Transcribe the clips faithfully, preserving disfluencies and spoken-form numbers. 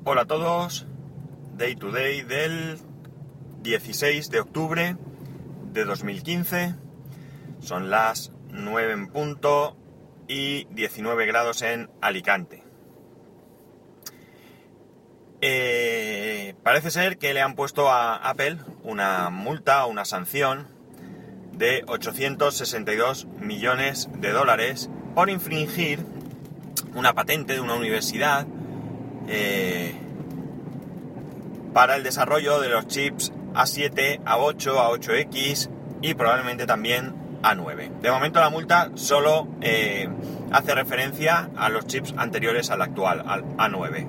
Hola a todos, Day to Day del dieciséis de octubre de dos mil quince, son las nueve en punto y diecinueve grados en Alicante. Eh, parece ser que le han puesto a Apple una multa o una sanción de ochocientos sesenta y dos millones de dólares por infringir una patente de una universidad eh, para el desarrollo de los chips A siete, A ocho, A ocho X y probablemente también A nueve. De momento la multa solo eh, hace referencia a los chips anteriores al actual, al A nueve.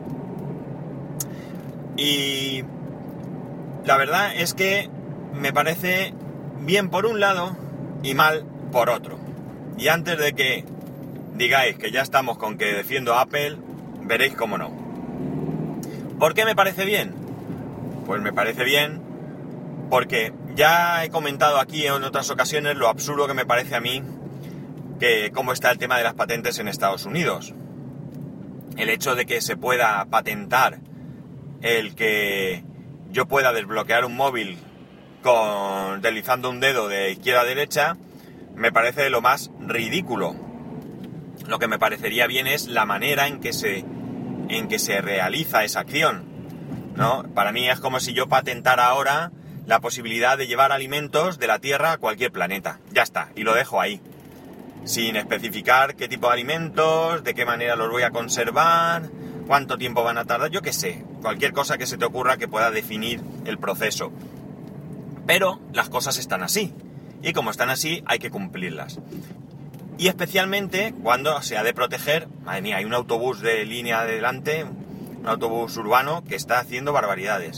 Y la verdad es que me parece bien por un lado y mal por otro. Y antes de que digáis que ya estamos con que defiendo a Apple, veréis cómo no. ¿Por qué me parece bien? Pues me parece bien porque ya he comentado aquí en otras ocasiones lo absurdo que me parece a mí que cómo está el tema de las patentes en Estados Unidos. El hecho de que se pueda patentar el que yo pueda desbloquear un móvil con deslizando un dedo de izquierda a derecha me parece lo más ridículo. Lo que me parecería bien es la manera en que se en que se realiza esa acción, ¿no? Para mí es como si yo patentara ahora la posibilidad de llevar alimentos de la Tierra a cualquier planeta. Ya está, y lo dejo ahí. Sin especificar qué tipo de alimentos, de qué manera los voy a conservar, cuánto tiempo van a tardar, yo qué sé. Cualquier cosa que se te ocurra que pueda definir el proceso. Pero las cosas están así. Y como están así, hay que cumplirlas. Y especialmente cuando se ha de proteger, madre mía, hay un autobús de línea adelante, un autobús urbano que está haciendo barbaridades.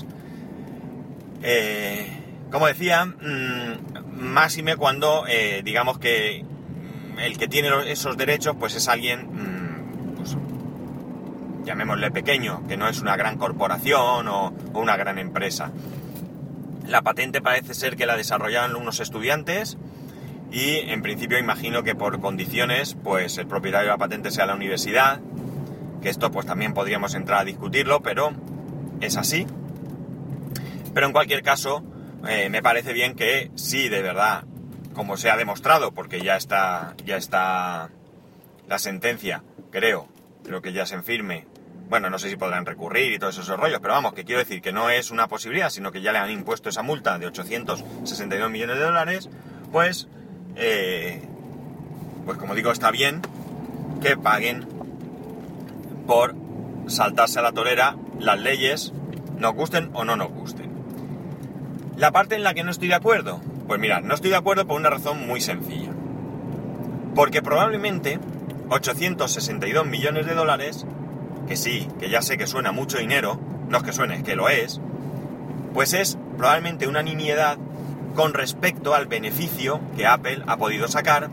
Eh, como decía, mmm, máxime cuando eh, digamos que el que tiene esos derechos pues es alguien, mmm, pues, llamémosle pequeño, que no es una gran corporación o, o una gran empresa. La patente parece ser que la desarrollaron unos estudiantes y en principio imagino que por condiciones pues el propietario de la patente sea la universidad, que esto pues también podríamos entrar a discutirlo, pero es así. Pero en cualquier caso eh, me parece bien que sí, de verdad, como se ha demostrado, porque ya está ya está la sentencia, creo, creo que ya se firme. Bueno, no sé si podrán recurrir y todos esos rollos, pero vamos, que quiero decir que no es una posibilidad, sino que ya le han impuesto esa multa de ochocientos sesenta y dos millones de dólares, pues, eh, pues como digo, está bien que paguen por saltarse a la torera las leyes, nos gusten o no nos gusten. La parte en la que no estoy de acuerdo, pues mirad, no estoy de acuerdo por una razón muy sencilla. Porque probablemente ochocientos sesenta y dos millones de dólares, que sí, que ya sé que suena mucho dinero, no es que suene, es que lo es, pues es probablemente una nimiedad con respecto al beneficio que Apple ha podido sacar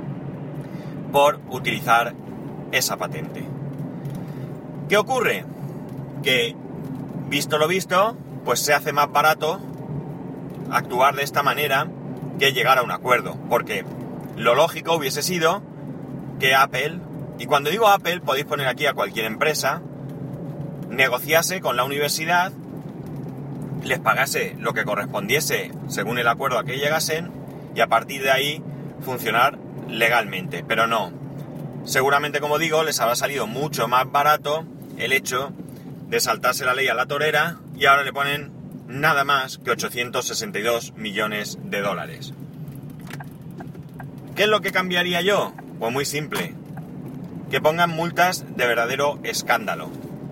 por utilizar esa patente. ¿Qué ocurre? Que, visto lo visto, pues se hace más barato actuar de esta manera que llegar a un acuerdo, porque lo lógico hubiese sido que Apple, y cuando digo Apple podéis poner aquí a cualquier empresa, negociase con la universidad, les pagase lo que correspondiese según el acuerdo a que llegasen y a partir de ahí funcionar legalmente, pero no. Seguramente, como digo, les habrá salido mucho más barato el hecho de saltarse la ley a la torera y ahora le ponen nada más que ochocientos sesenta y dos millones de dólares. ¿Qué es lo que cambiaría yo? Pues muy simple. Que pongan multas de verdadero escándalo.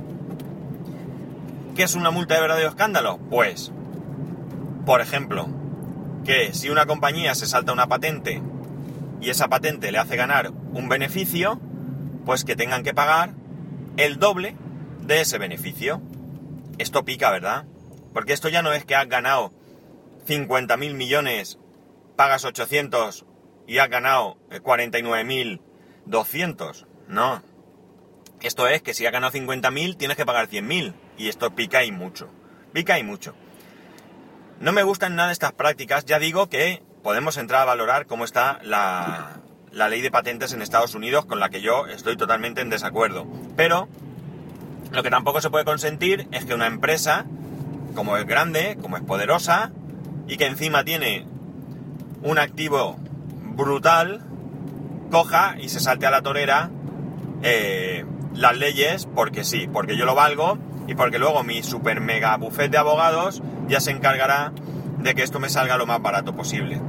¿Qué es una multa de verdadero escándalo? Pues, por ejemplo, que si una compañía se salta una patente y esa patente le hace ganar un beneficio, pues que tengan que pagar el doble de ese beneficio. Esto pica, ¿verdad? Porque esto ya no es que has ganado cincuenta mil millones, pagas ochocientos y has ganado cuarenta y nueve mil doscientos. No. Esto es que si has ganado cincuenta mil tienes que pagar cien mil. Y esto pica y mucho. Pica y mucho. No me gustan nada estas prácticas. Ya digo que podemos entrar a valorar cómo está la, la ley de patentes en Estados Unidos, con la que yo estoy totalmente en desacuerdo. Pero Lo que tampoco se puede consentir es que una empresa, como es grande, como es poderosa, y que encima tiene un activo brutal, coja y se salte a la torera eh, las leyes porque sí, porque yo lo valgo y porque luego mi super mega bufete de abogados ya se encargará de que esto me salga lo más barato posible.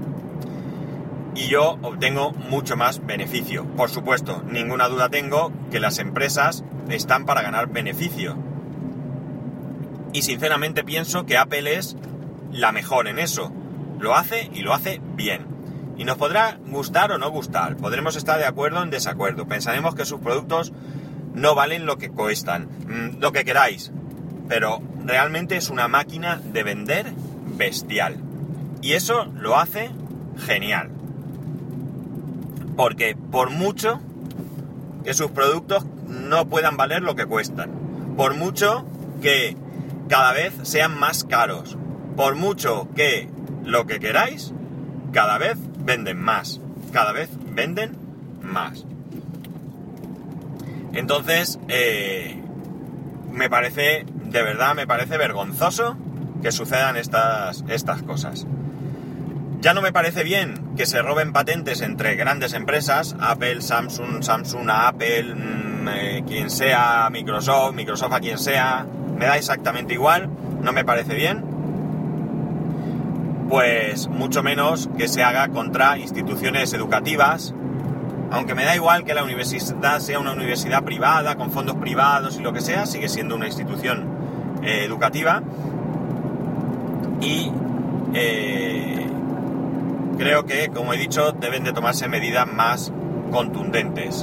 Y yo obtengo mucho más beneficio. Por supuesto, ninguna duda tengo que las empresas están para ganar beneficio. Y sinceramente pienso que Apple es la mejor en eso. Lo hace y lo hace bien. Y nos podrá gustar o no gustar. Podremos estar de acuerdo o en desacuerdo. Pensaremos que sus productos no valen lo que cuestan. Mmm, lo que queráis. Pero realmente es una máquina de vender bestial. Y eso lo hace genial. Porque por mucho que sus productos no puedan valer lo que cuestan, por mucho que cada vez sean más caros, por mucho que lo que queráis, cada vez venden más, cada vez venden más. Entonces, eh, me parece, de verdad, me parece vergonzoso que sucedan estas, estas cosas. Ya no me parece bien que se roben patentes entre grandes empresas, Apple, Samsung, Samsung a Apple, mmm, eh, quien sea, Microsoft, Microsoft a quien sea, me da exactamente igual, no me parece bien. Pues mucho menos que se haga contra instituciones educativas, aunque me da igual que la universidad sea una universidad privada, con fondos privados y lo que sea, sigue siendo una institución eh, educativa. Y eh, creo que, como he dicho, deben de tomarse medidas más contundentes.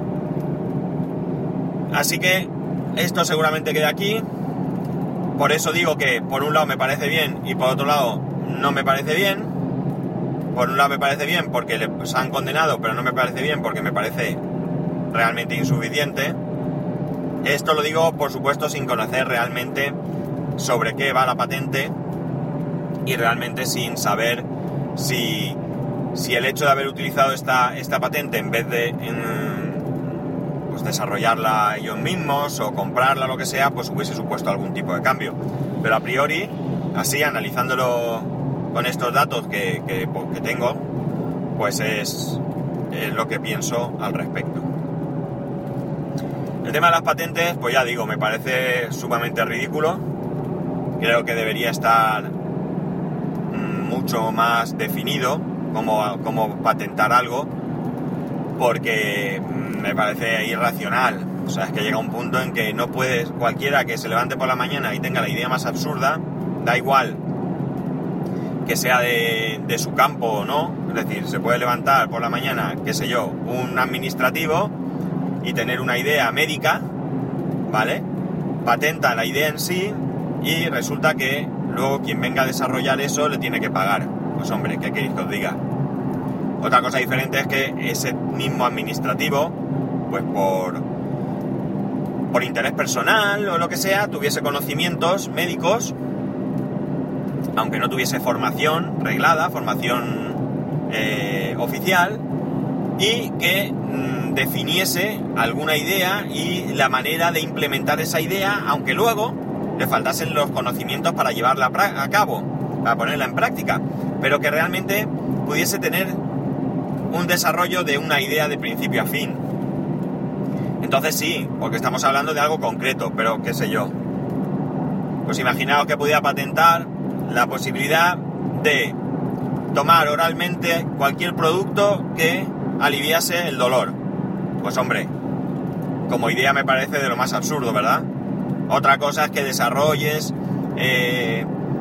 Así que esto seguramente queda aquí. Por eso digo que por un lado me parece bien y por otro lado no me parece bien. Por un lado me parece bien porque les han condenado, pero no me parece bien porque me parece realmente insuficiente. Esto lo digo, por supuesto, sin conocer realmente sobre qué va la patente y realmente sin saber si, si el hecho de haber utilizado esta, esta patente en vez de en, pues desarrollarla ellos mismos o comprarla, lo que sea, pues hubiese supuesto algún tipo de cambio. Pero a priori, así analizándolo con estos datos que, que, que tengo, pues es, es lo que pienso al respecto. El tema de las patentes, pues ya digo, me parece sumamente ridículo. Creo que debería estar mucho más definido cómo, cómo patentar algo, porque me parece irracional. O sea, es que llega un punto en que no puedes, cualquiera que se levante por la mañana y tenga la idea más absurda, da igual que sea de, de su campo o no, es decir, se puede levantar por la mañana, qué sé yo, un administrativo y tener una idea médica, ¿vale? Patenta la idea en sí y resulta que luego quien venga a desarrollar eso le tiene que pagar. Pues hombre, ¿qué queréis que os diga? Otra cosa diferente es que ese mismo administrativo, pues por, por interés personal o lo que sea, tuviese conocimientos médicos, aunque no tuviese formación reglada, formación eh, oficial, y que mmm, definiese alguna idea y la manera de implementar esa idea, aunque luego le faltasen los conocimientos para llevarla a cabo, para ponerla en práctica, pero que realmente pudiese tener un desarrollo de una idea de principio a fin. Entonces sí, porque estamos hablando de algo concreto, pero qué sé yo. Pues imaginaos que pudiera patentar la posibilidad de tomar oralmente cualquier producto que aliviase el dolor. Pues hombre, como idea me parece de lo más absurdo, ¿verdad? Otra cosa es que desarrolles eh,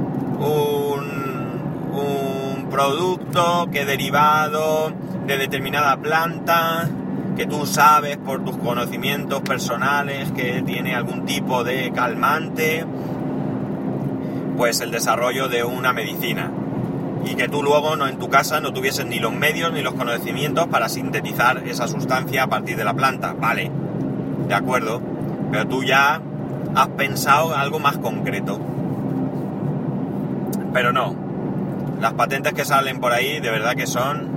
un, un producto que derivado de determinada planta, que tú sabes por tus conocimientos personales que tiene algún tipo de calmante, pues el desarrollo de una medicina. Y que tú luego no, en tu casa no tuvieses ni los medios ni los conocimientos para sintetizar esa sustancia a partir de la planta. Vale, de acuerdo, pero tú ya has pensado algo más concreto. Pero no, las patentes que salen por ahí de verdad que son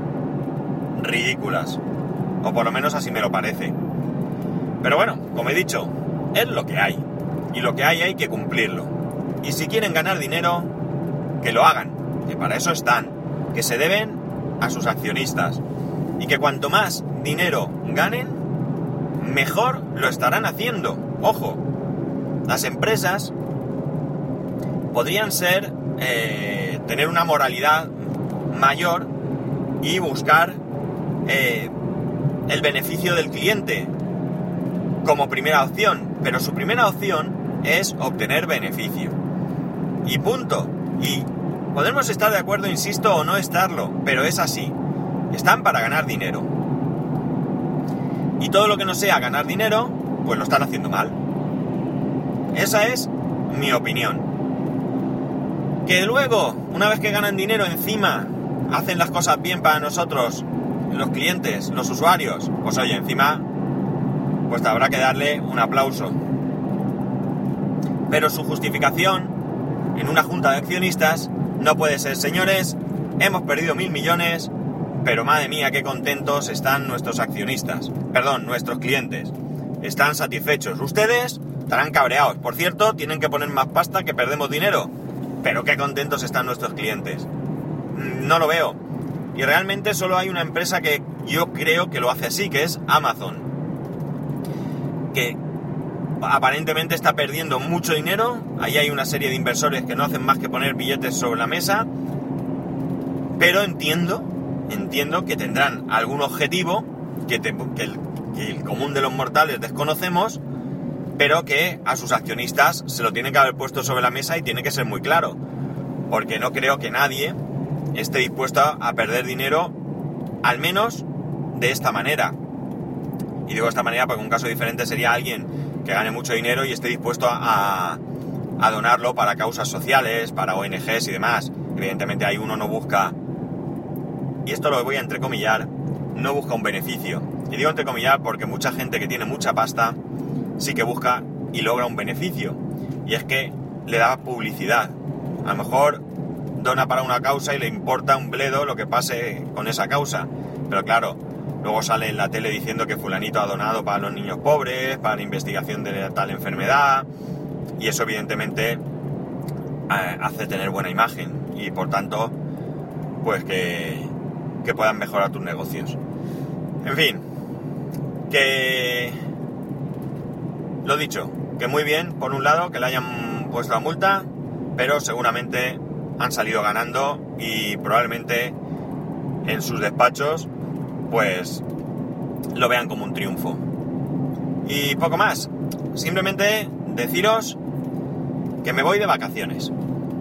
ridículas, o por lo menos así me lo parece. Pero bueno, como he dicho, es lo que hay. Y lo que hay hay que cumplirlo. Y si quieren ganar dinero, que lo hagan, que para eso están, que se deben a sus accionistas. Y que cuanto más dinero ganen, mejor lo estarán haciendo. Ojo, las empresas podrían ser, eh, tener una moralidad mayor y buscar eh, el beneficio del cliente como primera opción, pero su primera opción es obtener beneficio. Y punto. Y podemos estar de acuerdo, insisto, o no estarlo, pero es así. Están para ganar dinero. Y todo lo que no sea ganar dinero, pues lo están haciendo mal. Esa es mi opinión. Que luego, una vez que ganan dinero encima, hacen las cosas bien para nosotros, los clientes, los usuarios, pues oye, encima, pues habrá que darle un aplauso. Pero su justificación en una junta de accionistas no puede ser: señores, hemos perdido mil millones, pero madre mía, qué contentos están nuestros accionistas, perdón, nuestros clientes, están satisfechos. Ustedes estarán cabreados, por cierto, tienen que poner más pasta, que perdemos dinero, pero qué contentos están nuestros clientes. No lo veo. Y realmente solo hay una empresa que yo creo que lo hace así, que es Amazon, que aparentemente está perdiendo mucho dinero. Ahí hay una serie de inversores que no hacen más que poner billetes sobre la mesa, pero entiendo, entiendo que tendrán algún objetivo que, te, que, el, que el común de los mortales desconocemos, pero que a sus accionistas se lo tienen que haber puesto sobre la mesa y tiene que ser muy claro, porque no creo que nadie esté dispuesto a perder dinero, al menos de esta manera. Y digo de esta manera porque un caso diferente sería alguien que gane mucho dinero y esté dispuesto a, a donarlo para causas sociales, para O N Ges y demás. Evidentemente ahí uno no busca, y esto lo voy a entrecomillar, no busca un beneficio. Y digo entrecomillar porque mucha gente que tiene mucha pasta sí que busca y logra un beneficio, y es que le da publicidad. A lo mejor dona para una causa y le importa un bledo lo que pase con esa causa, pero claro, luego sale en la tele diciendo que fulanito ha donado para los niños pobres, para la investigación de tal enfermedad, y eso evidentemente eh, hace tener buena imagen y por tanto pues que, que puedan mejorar tus negocios. En fin, que lo dicho, que muy bien por un lado que le hayan puesto la multa, pero seguramente han salido ganando y probablemente en sus despachos pues lo vean como un triunfo. Y poco más, simplemente deciros que me voy de vacaciones.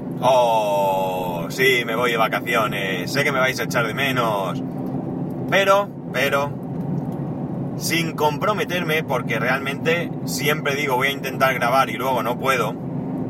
Oh, sí, me voy de vacaciones, sé que me vais a echar de menos, pero, pero, sin comprometerme, porque realmente siempre digo voy a intentar grabar y luego no puedo,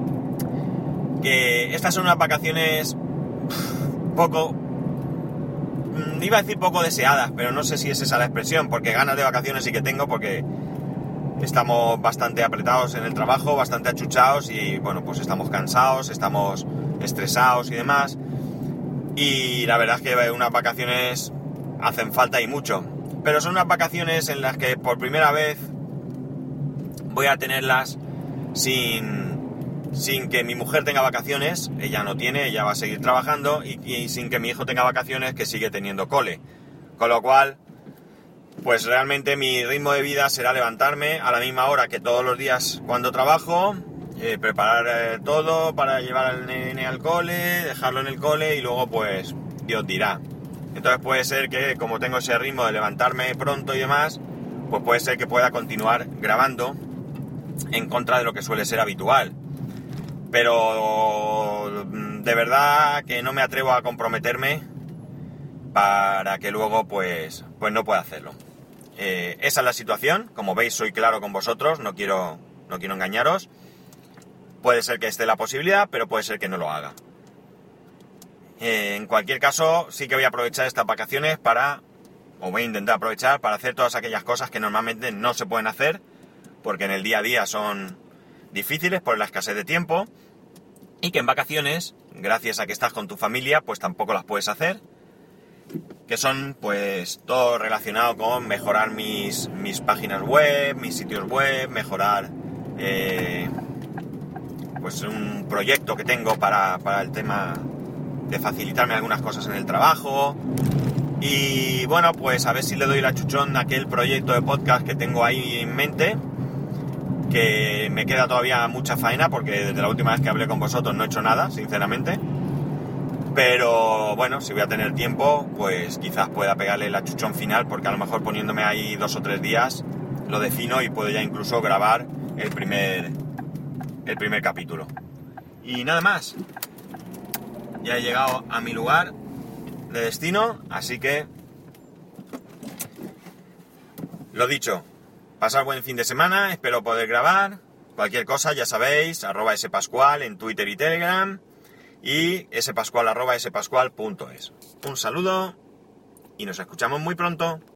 que estas son unas vacaciones poco, iba a decir poco deseadas, pero no sé si es esa la expresión, porque ganas de vacaciones sí que tengo, porque estamos bastante apretados en el trabajo, bastante achuchados y bueno, pues estamos cansados, estamos estresados y demás, y la verdad es que unas vacaciones hacen falta y mucho, pero son unas vacaciones en las que por primera vez voy a tenerlas sin sin que mi mujer tenga vacaciones. Ella no tiene, ella va a seguir trabajando, y, y sin que mi hijo tenga vacaciones, que sigue teniendo cole, con lo cual pues realmente mi ritmo de vida será levantarme a la misma hora que todos los días cuando trabajo, eh, preparar eh, todo para llevar al nene al cole, dejarlo en el cole y luego pues Dios dirá. Entonces puede ser que, como tengo ese ritmo de levantarme pronto y demás, pues puede ser que pueda continuar grabando en contra de lo que suele ser habitual. Pero de verdad que no me atrevo a comprometerme para que luego pues, pues no pueda hacerlo. Eh, esa es la situación. Como veis, soy claro con vosotros, no quiero, no quiero engañaros. Puede ser que esté la posibilidad, pero puede ser que no lo haga. Eh, en cualquier caso, sí que voy a aprovechar estas vacaciones para, o voy a intentar aprovechar para hacer todas aquellas cosas que normalmente no se pueden hacer, porque en el día a día son difíciles por la escasez de tiempo, y que en vacaciones, gracias a que estás con tu familia, pues tampoco las puedes hacer, que son pues todo relacionado con mejorar mis, mis páginas web, mis sitios web, mejorar eh, pues un proyecto que tengo para, para el tema de facilitarme algunas cosas en el trabajo. Y bueno, pues a ver si le doy la chuchón a aquel proyecto de podcast que tengo ahí en mente, que me queda todavía mucha faena porque desde la última vez que hablé con vosotros no he hecho nada, sinceramente. Pero bueno, si voy a tener tiempo, pues quizás pueda pegarle la chuchón final, porque a lo mejor poniéndome ahí dos o tres días lo defino y puedo ya incluso grabar el primer, el primer capítulo. Y nada más. Ya he llegado a mi lugar de destino, así que lo dicho, pasad buen fin de semana, espero poder grabar. Cualquier cosa ya sabéis, arroba spascual en Twitter y Telegram y spascual arroba spascual punto es. Un saludo y nos escuchamos muy pronto.